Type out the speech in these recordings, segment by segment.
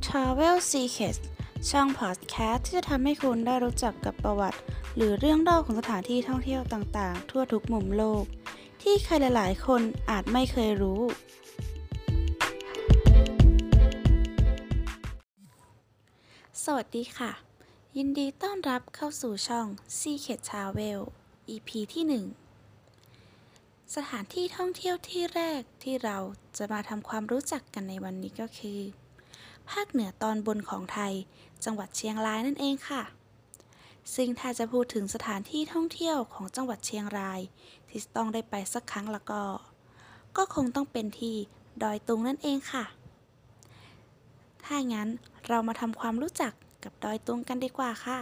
Travel Secrets ช่องพอดแคสต์ที่จะทำให้คุณได้รู้จักกับประวัติหรือเรื่องเล่าของสถานที่ท่องเที่ยวต่างๆทั่วทุกมุมโลกที่ใครหลายๆคนอาจไม่เคยรู้ สวัสดีค่ะ ยินดีต้อนรับเข้าสู่ช่อง Secret Travel EP ที่ 1 สถานที่ท่องเที่ยวที่แรกที่เราจะมาทำความรู้จักกันในวันนี้ก็คือภาคเหนือตอนบนของไทย จังหวัดเชียงรายนั่นเองค่ะ ซึ่งถ้าจะพูดถึงสถานที่ท่องเที่ยวของจังหวัดเชียงรายที่ต้องได้ไปสักครั้งแล้วก็คงต้องเป็นที่ดอยตุงนั่นเองค่ะ ถ้างั้นเรามาทำความรู้จักกับดอยตุงกันดีกว่าค่ะ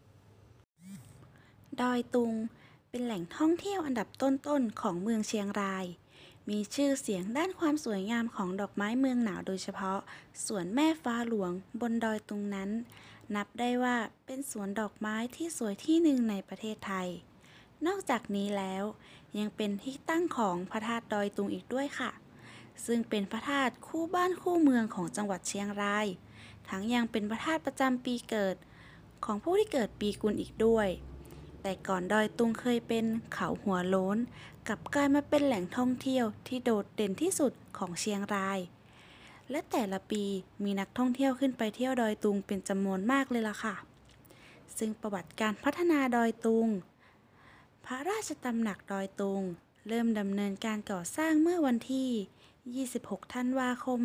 ดอยตุงเป็นแหล่งท่องเที่ยวอันดับต้นๆของเมืองเชียงราย มีชื่อเสียงด้านความสวยงามของดอกไม้เมืองหนาวโดยเฉพาะสวนแม่ฟ้าหลวงบนดอยตุงนั้น นับได้ว่าเป็นสวนดอกไม้ที่สวยที่หนึ่งในประเทศไทย นอกจากนี้แล้วยังเป็นที่ตั้งของพระธาตุดอยตุงอีกด้วยค่ะ ซึ่งเป็นพระธาตุคู่บ้านคู่เมืองของจังหวัดเชียงราย ทั้งยังเป็นพระธาตุประจำปีเกิดของผู้ที่เกิดปีกุลอีกด้วย แต่ก่อนดอยตุงเคยเป็นเขาหัวโล้นกลับกลายมาเป็นแหล่งท่องเที่ยวที่โดดเด่นที่สุดของเชียงราย และแต่ละปีมีนักท่องเที่ยวขึ้นไปเที่ยวดอยตุงเป็นจำนวนมากเลยล่ะค่ะ ซึ่งประวัติการพัฒนาดอยตุง พระราชตำหนักดอยตุงเริ่มดำเนินการก่อสร้างเมื่อวันที่ 26 ธันวาคม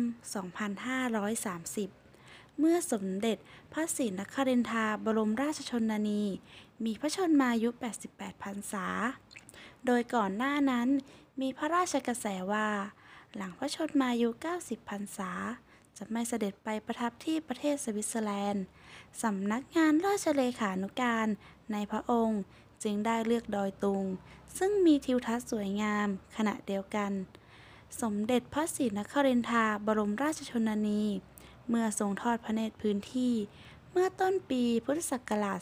2530 เมื่อสมเด็จพระศรีนครินทราบรมราชชนนี มีพระชนมายุ 88 พรรษา โดยก่อนหน้านั้นมีพระราชกระแสว่า หลังพระชนมายุ 90 พรรษา จะไม่เสด็จไปประทับที่ประเทศสวิตเซอร์แลนด์ สำนักงานราชเลขานุการในพระองค์จึงได้เลือกดอยตุง ซึ่งมีทิวทัศน์สวยงามขณะเดียวกัน สมเด็จพระศรีนครินทราบรมราชชนนี เมื่อทรงทอดพระเนตรพื้นที่ เมื่อต้นปีพุทธศักราช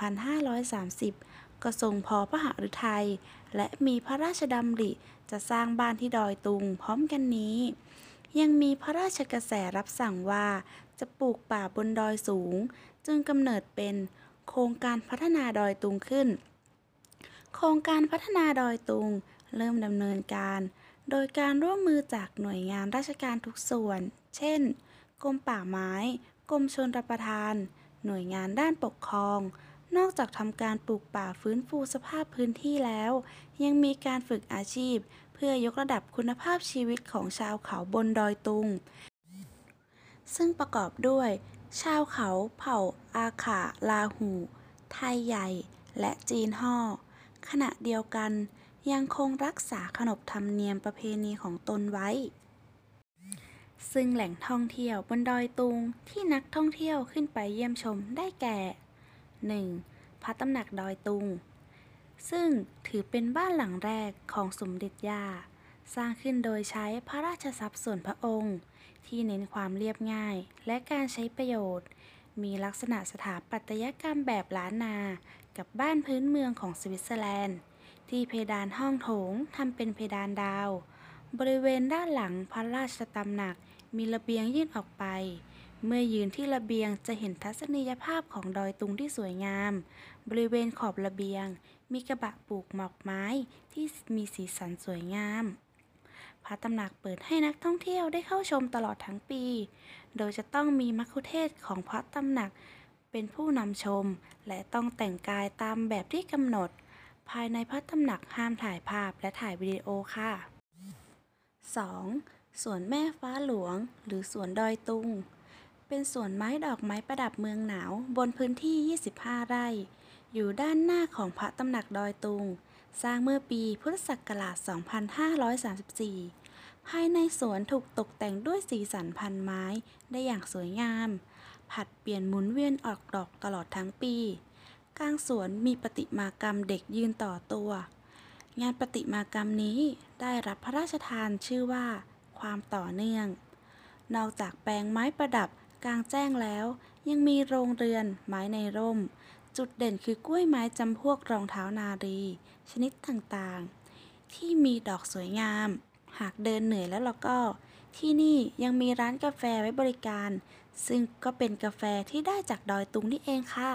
2530 ก็ทรงพอพระหฤทัยและมีพระราชดำริจะสร้างบ้านที่ดอยตุงพร้อมกันนี้ ยังมีพระราชกระแสรับสั่งว่าจะปลูกป่าบนดอยสูง จึงกำเนิดเป็นโครงการพัฒนาดอยตุงขึ้น โครงการพัฒนาดอยตุงเริ่มดำเนินการ โดยการร่วมมือจากหน่วยงานราชการทุกส่วน เช่น กรมป่าไม้ กรมชลประทาน หน่วยงานด้านปกครอง นอกจากทำการปลูกป่าฟื้นฟูสภาพพื้นที่แล้ว ยังมีการฝึกอาชีพเพื่อยกระดับคุณภาพชีวิตของชาวเขาบนดอยตุง ซึ่งประกอบด้วย ชาวเขาเผ่าอาขาลาหู ไทยใหญ่ และจีนฮ่อ ขณะเดียวกันยังคงรักษาขนบธรรมเนียมประเพณีของตนไว้ ซึ่งแหล่งท่องเที่ยวบนดอยตุงที่นักท่องเที่ยวขึ้นไปเยี่ยมชมได้แก่ 1. พระตำหนักดอยตุง ซึ่งถือเป็นบ้านหลังแรกของสมเด็จย่า สร้างขึ้นโดยใช้พระราชทรัพย์ส่วนพระองค์ ที่เน้นความเรียบง่ายและการใช้ประโยชน์ มีลักษณะสถาปัตยกรรมแบบล้านนากับบ้านพื้นเมืองของสวิตเซอร์แลนด์ ที่เพดานห้องโถงทำเป็นเพดานดาว บริเวณด้านหลังพระราชตำหนักมีระเบียงยื่นออกไป เมื่อยืนที่ระเบียงจะเห็นทัศนียภาพของดอยตุงที่สวยงาม บริเวณขอบระเบียงมีกระบะปลูกหมอกไม้ที่มีสีสันสวยงาม พระตำหนักเปิดให้นักท่องเที่ยวได้เข้าชมตลอดทั้งปี โดยจะต้องมีมัคคุเทศก์ของพระตำหนักเป็นผู้นำชม และต้องแต่งกายตามแบบที่กำหนด ภายในพระตำหนักห้ามถ่ายภาพและถ่ายวิดีโอค่ะ 2. สวนแม่ฟ้าหลวงหรือสวนดอยตุง เป็นสวนไม้ดอกไม้ประดับเมืองหนาวบนพื้นที่ 25 ไร่ อยู่ด้านหน้าของพระตำหนักดอยตุง สร้างเมื่อปีพุทธศักราช 2534 ภายในสวนถูกตกแต่งด้วยสีสันพันไม้ได้อย่างสวยงาม ผัดเปลี่ยนหมุนเวียนออกดอกตลอดทั้งปี กลางสวนมีประติมากรรมเด็กยืนต่อตัว งานประติมากรรมนี้ได้รับพระราชทานชื่อว่า ความต่อเนื่อง นอกจากแปลงไม้ประดับกลางแจ้งแล้ว ยังมีโรงเรือนไม้ในร่ม จุดเด่นคือกล้วยไม้จำพวกรองเท้านารี ชนิดต่างๆ ที่มีดอกสวยงาม หากเดินเหนื่อยแล้วเราก็ ที่นี่ยังมีร้านกาแฟไว้บริการซึ่งก็เป็นกาแฟที่ได้จากดอยตุงนี่เองค่ะ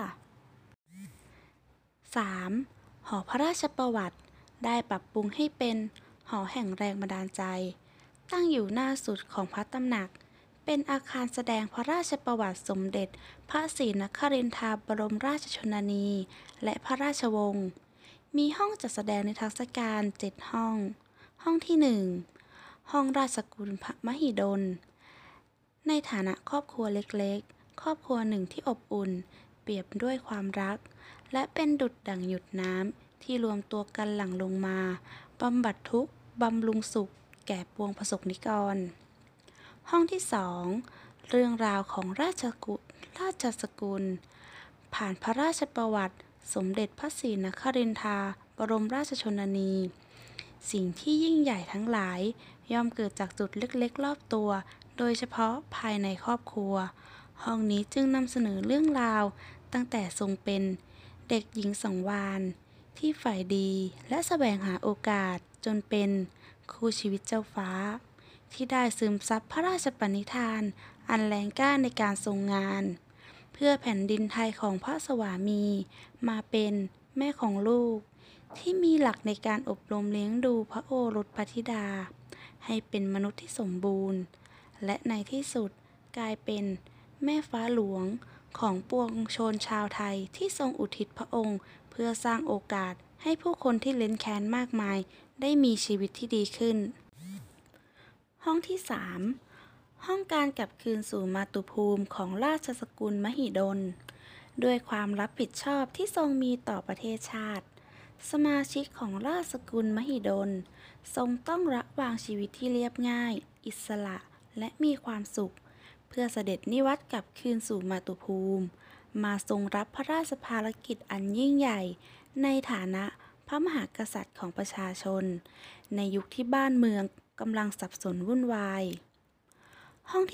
3. หอพระราชประวัติได้ปรับปรุงให้เป็นหอแห่งแรงบันดาลใจ ตั้งอยู่หน้าสุดของพระตำหนัก เป็นอาคารแสดงพระราชประวัติสมเด็จพระศรีนครินทราบรมราชชนนี และพระราชวงศ์ มีห้องจัดแสดงนิทรรศการ 7 ห้อง ห้องที่ 1 ห้องราชกุลมหิดล ในฐานะครอบครัวเล็กๆ ครอบครัวหนึ่งที่อบอุ่น เปรียบด้วยความรัก และเป็นดุจดั่งหยดน้ำที่รวมตัวกันหลั่งลงมาบำบัดทุกข์บำรุงสุขแก่ปวงประสบนิกร ห้องที่ 2 เรื่องราวของราชสกุล ผ่านพระราชประวัติสมเด็จพระศรีนครินทราบรมราชชนนี สิ่งที่ยิ่งใหญ่ทั้งหลายย่อมเกิดจากจุดเล็กๆรอบตัว โดยเฉพาะภายในครอบครัว ห้องนี้จึงนำเสนอเรื่องราวตั้งแต่ทรงเป็นเด็กหญิงสังวาลที่ใฝ่ดีและแสวงหาโอกาสจนเป็นคู่ชีวิตเจ้าฟ้า ที่ได้ซึมซับพระราชปณิธานอันแรงกล้าในการทรงงาน เพื่อแผ่นดินไทยของพระสวามีมาเป็นแม่ของลูก ที่มีหลักในการอบรมเลี้ยงดูพระโอรสพระธิดา ให้เป็นมนุษย์ที่สมบูรณ์ และในที่สุดกลายเป็นแม่ฟ้าหลวงของปวงชนชาวไทยที่ทรงอุทิศพระองค์ เพื่อสร้างโอกาสให้ผู้คนที่เร้นแค้นมากมายได้มีชีวิตที่ดีขึ้น ห้องที่ 3 ห้องการกลับคืนสู่มาตุภูมิของราชสกุลมหิดล ด้วยความรับผิดชอบที่ทรงมีต่อประเทศชาติ สมาชิกของราชสกุลมหิดล ทรงต้องละวางชีวิตที่เรียบง่าย อิสระ และมีความสุข เพื่อเสด็จนิวัตกลับคืนสู่มาตุภูมิ มาทรงรับพระราชภารกิจอันยิ่งใหญ่ ในฐานะพระมหากษัตริย์ของประชาชน ในยุคที่บ้านเมืองกำลังสับสนวุ่นวาย ห้องที่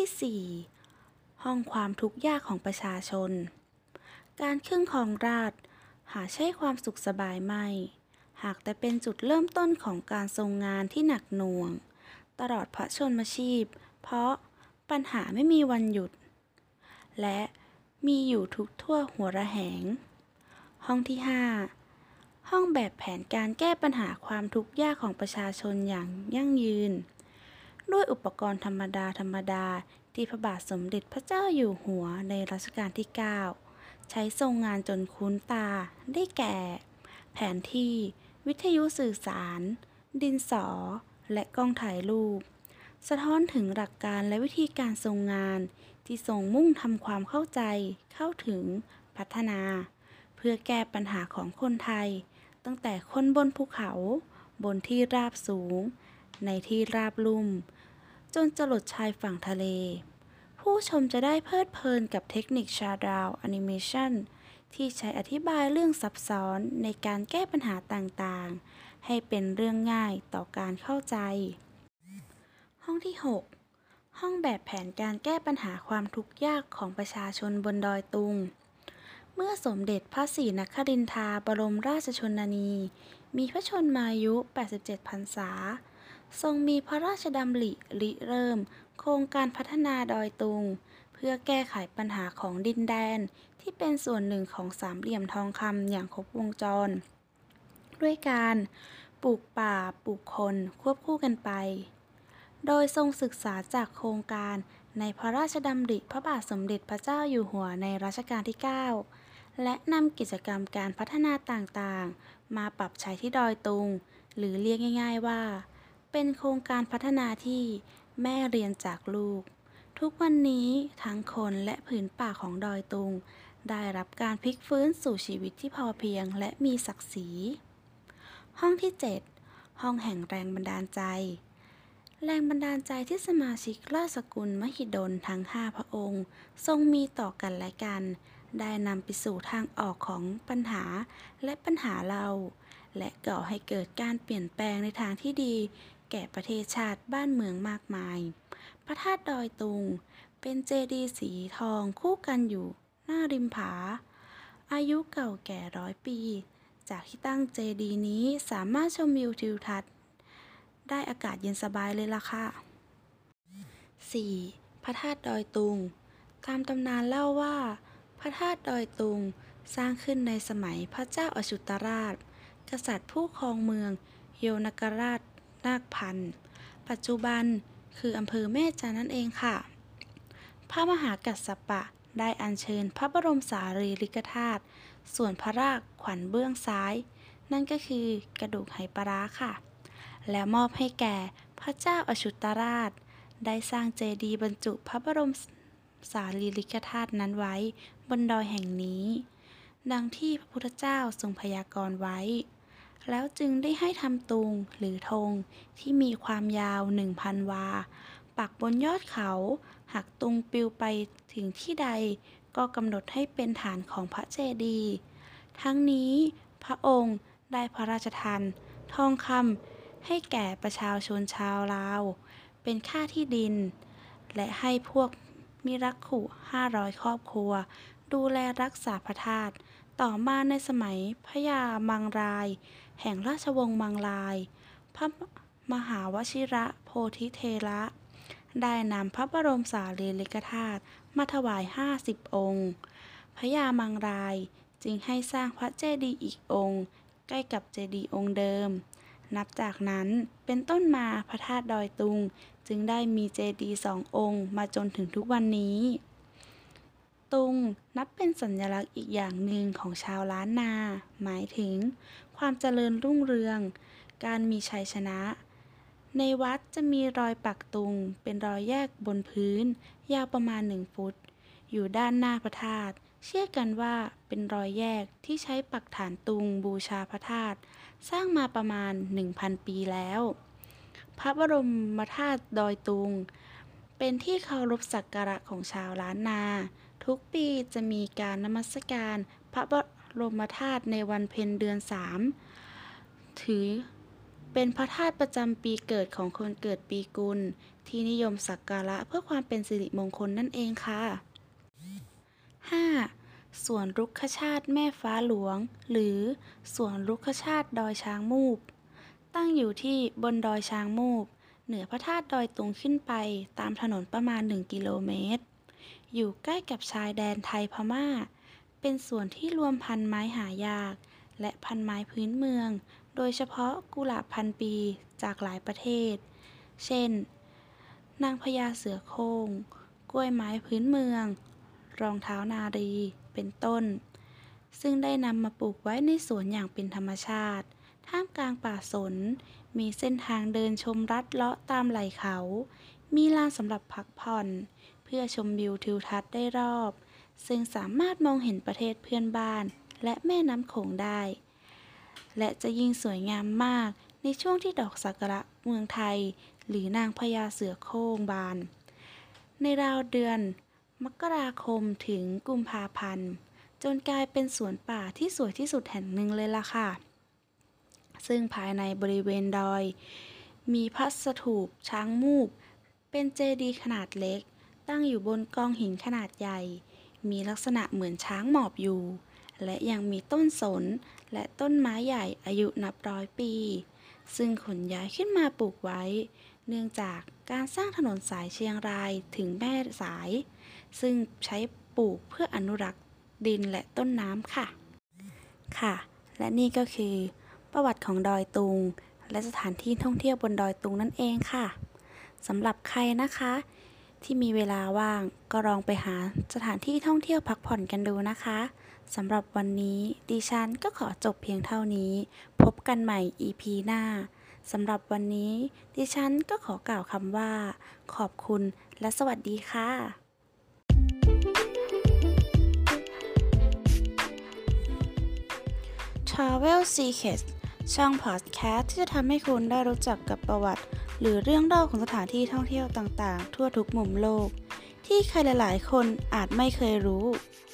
4 ห้องความทุกข์ยากของประชาชน การขึ้นครองราชย์หาใช่ความสุขสบายไม่ หากแต่เป็นจุดเริ่มต้นของการทรงงานที่หนักหน่วง ตลอดพระชนมชีพ เพราะปัญหาไม่มีวันหยุด และมีอยู่ทุกทั่วหัวระแหง ห้องที่ 5 ห้องแบบแผนการแก้ปัญหาความทุกข์ยากของประชาชนอย่างยั่งยืน ด้วยอุปกรณ์ธรรมดาที่พระบาทสมเด็จพระเจ้าอยู่หัวในรัชกาลที่ 9 ใช้ทรงงานจนคุ้นตา ได้แก่ แผนที่ วิทยุสื่อสาร ดินสอ และกล้องถ่ายรูป สะท้อนถึงหลักการและวิธีการทรงงานที่ทรงมุ่งทำความเข้าใจ เข้าถึง พัฒนา เพื่อแก้ปัญหาของคนไทย ตั้งแต่คนบนภูเขา บนที่ราบสูง ในที่ราบลุ่ม จนจรดชายฝั่งทะเล ผู้ชมจะได้เพลิดเพลินกับเทคนิคชาดาวแอนิเมชันที่ใช้อธิบายเรื่องซับซ้อนในการแก้ปัญหาต่างๆ ให้เป็นเรื่องง่ายต่อการเข้าใจ ห้องที่ 6 ห้องแบบแผนการแก้ปัญหาความทุกข์ยากของประชาชนบนดอยตุง เมื่อสมเด็จพระศรีนครินทราบรมราชชนนี มีพระชนมายุ 87 พรรษา ทรงมีพระราชดำริริเริ่ม โครงการพัฒนาดอยตุง เพื่อแก้ไขปัญหาของดินแดนที่เป็นส่วนหนึ่งของสามเหลี่ยมทองคำอย่างครบวงจร ด้วยการปลูกป่าปลูกคนควบคู่กันไป โดยทรงศึกษาจากโครงการในพระราชดำริพระบาทสมเด็จพระเจ้าอยู่หัวในรัชกาลที่ 9 และนำกิจกรรมการพัฒนาต่างๆ มาปรับใช้ที่ดอยตุง หรือเรียกง่ายๆว่า เป็นโครงการพัฒนาที่แม่เรียนจากลูก ทุกวันนี้ทั้งคนและผืนป่าของดอยตุง ได้รับการพลิกฟื้นสู่ชีวิตที่พอเพียงและมีศักดิ์ศรี ห้องที่ 7 ห้องแห่งแรงบันดาลใจ แรงบันดาลใจที่สมาชิกราชสกุลมหิดลทั้ง 5 พระองค์ ทรงมีต่อกันและกัน ได้นำไปสู่ทางออกของปัญหาและปัญหาเรา และก่อให้เกิดการเปลี่ยนแปลงในทางที่ดี แก่ประเทศชาติบ้านเมืองมากมาย พระธาตุดอยตุง เป็นเจดีย์สีทองคู่กันอยู่หน้าริมผา อายุเก่าแก่100 ปี จากที่ตั้งเจดีย์นี้สามารถชมวิวทิวทัศน์ได้อากาศเย็นสบายเลยล่ะค่ะ 4. พระธาตุดอยตุงตามตำนานเล่าว่าพระธาตุดอยตุงสร้างขึ้นในสมัยพระเจ้าอโศกราชกษัตริย์ผู้ครองเมืองโยนกราชนาคพันธ์ปัจจุบันคืออำเภอแม่จันทน์นั่นเองค่ะพระมหากัสสปะได้อัญเชิญพระบรมสารีริกธาตุส่วนพระรากขวัญเบื้องซ้าย นั่นก็คือกระดูกไหปลาร้าค่ะแล้วมอบให้แก่พระเจ้าอโศกราชได้สร้างเจดีย์บรรจุพระบรมสารีริกธาตุนั้นไว้บนดอยแห่งนี้ดังที่พระพุทธเจ้าทรงพยากรณ์ไว้แล้วจึงได้ให้ทำตุงหรือธงที่มีความยาว 1,000 วาปักบนยอดเขาหากตุงปลิวไปถึงที่ใดก็กำหนดให้เป็นฐานของพระเจดีย์ทั้งนี้พระองค์ได้พระราชทานทองคำให้แก่ประชาชนชาวลาวเป็นค่าที่ดินและให้พวกมิรักขุ500 ครอบครัวดูแลรักษาพระธาตุต่อมาในสมัยพญามังรายแห่งราชวงศ์มังรายพระมหาวชิระโพธิเถระได้นำพระบรมสารีริกธาตุมาถวาย50 องค์พญามังรายจึงให้สร้างพระเจดีย์อีกองค์ใกล้กับเจดีย์องค์เดิมนับจากนั้นเป็นต้นมาพระธาตุดอยตุงจึงได้มีเจดีย์2 องค์มาจนถึงทุกวันนี้ตุงนับเป็นสัญลักษณ์อีกอย่างหนึ่งของชาวล้านนาหมายถึงความเจริญรุ่งเรืองการมีชัยชนะในวัดจะมีรอยปักตุงเป็นรอยแยกบนพื้นยาวประมาณ1 ฟุตอยู่ด้านหน้าพระธาตุเชื่อกันว่าเป็นรอยแยกที่ใช้ปักฐานตุงบูชาพระธาตุสร้างมาประมาณ 1,000 ปีแล้วพระบรมธาตุดอยตุงเป็นที่เคารพสักการะของชาวล้านนาทุกปีจะมีการนมัสการพระบรมธาตุในวันเพ็ญเดือน 3ถือเป็นพระธาตุประจำปีเกิดของคนเกิดปีกุลที่นิยมสักการะเพื่อความเป็นสิริมงคลนั่นเองค่ะ 5. สวนรุกขชาติแม่ฟ้าหลวงหรือสวนรุกขชาติดอยช้างมูบตั้งอยู่ที่บนดอยช้างมูบเหนือพระธาตุดอยตุงขึ้นไปตามถนนประมาณ1 กิโลเมตรอยู่ใกล้กับชายแดนไทยพม่าเป็นสวนที่รวมพันธุ์ไม้หายากและพันธุ์ไม้พื้นเมืองโดยเฉพาะกุหลาบพันปีจากหลายประเทศเช่นนางพญาเสือโคร่งกล้วยไม้พื้นเมืองรองเท้านารีเป็นต้นซึ่งได้นำมาปลูกไว้ในสวนอย่างเป็นธรรมชาติท่ามกลางป่าสนมีเส้นทางเดินชมลัดเลาะตามไหล่เขามีลานสำหรับพักผ่อนเพื่อชมวิวทิวทัศน์ได้รอบซึ่งสามารถมองเห็นประเทศเพื่อนบ้านและแม่น้ำโขงได้และจะยิ่งสวยงามมากในช่วงที่ดอกซากุระเมืองไทยหรือนางพญาเสือโคร่งบานในราวเดือนมกราคมถึงกุมภาพันธ์จนกลายเป็นสวนป่าที่สวยที่สุดแห่งหนึ่งเลยล่ะค่ะซึ่งภายในบริเวณดอยมีพระสถูปช้างมูบเป็นเจดีย์ขนาดเล็กตั้งอยู่บนกองหินขนาดใหญ่มีลักษณะเหมือนช้างหมอบอยู่และยังมีต้นสนและต้นไม้ใหญ่อายุนับ100 ปีซึ่งขนย้ายขึ้นมาปลูกไว้เนื่องจากการสร้างถนนสายเชียงรายถึงแม่สายซึ่งใช้ปลูกเพื่ออนุรักษ์ดินและต้นน้ำค่ะและนี่ก็คือประวัติของดอยตุงและสถานที่ท่องเที่ยวบนดอยตุงนั่นเองค่ะสำหรับใครนะคะที่มีเวลาว่างก็ลองไปหาสถานที่ท่องเที่ยวพักผ่อนกันดูนะคะสำหรับวันนี้ดิฉันก็ขอจบเพียงเท่านี้พบกันใหม่ EP หน้าสำหรับวันนี้ดิฉันก็ขอกล่าวคำว่าขอบคุณและสวัสดีค่ะ Travel Secrets ช่องพอดแคสต์ที่จะทำให้คุณได้รู้จักกับประวัติหรือเรื่องเล่าของสถานที่ท่องเที่ยวต่างๆทั่วทุกมุมโลกที่ใครหลายๆคนอาจไม่เคยรู้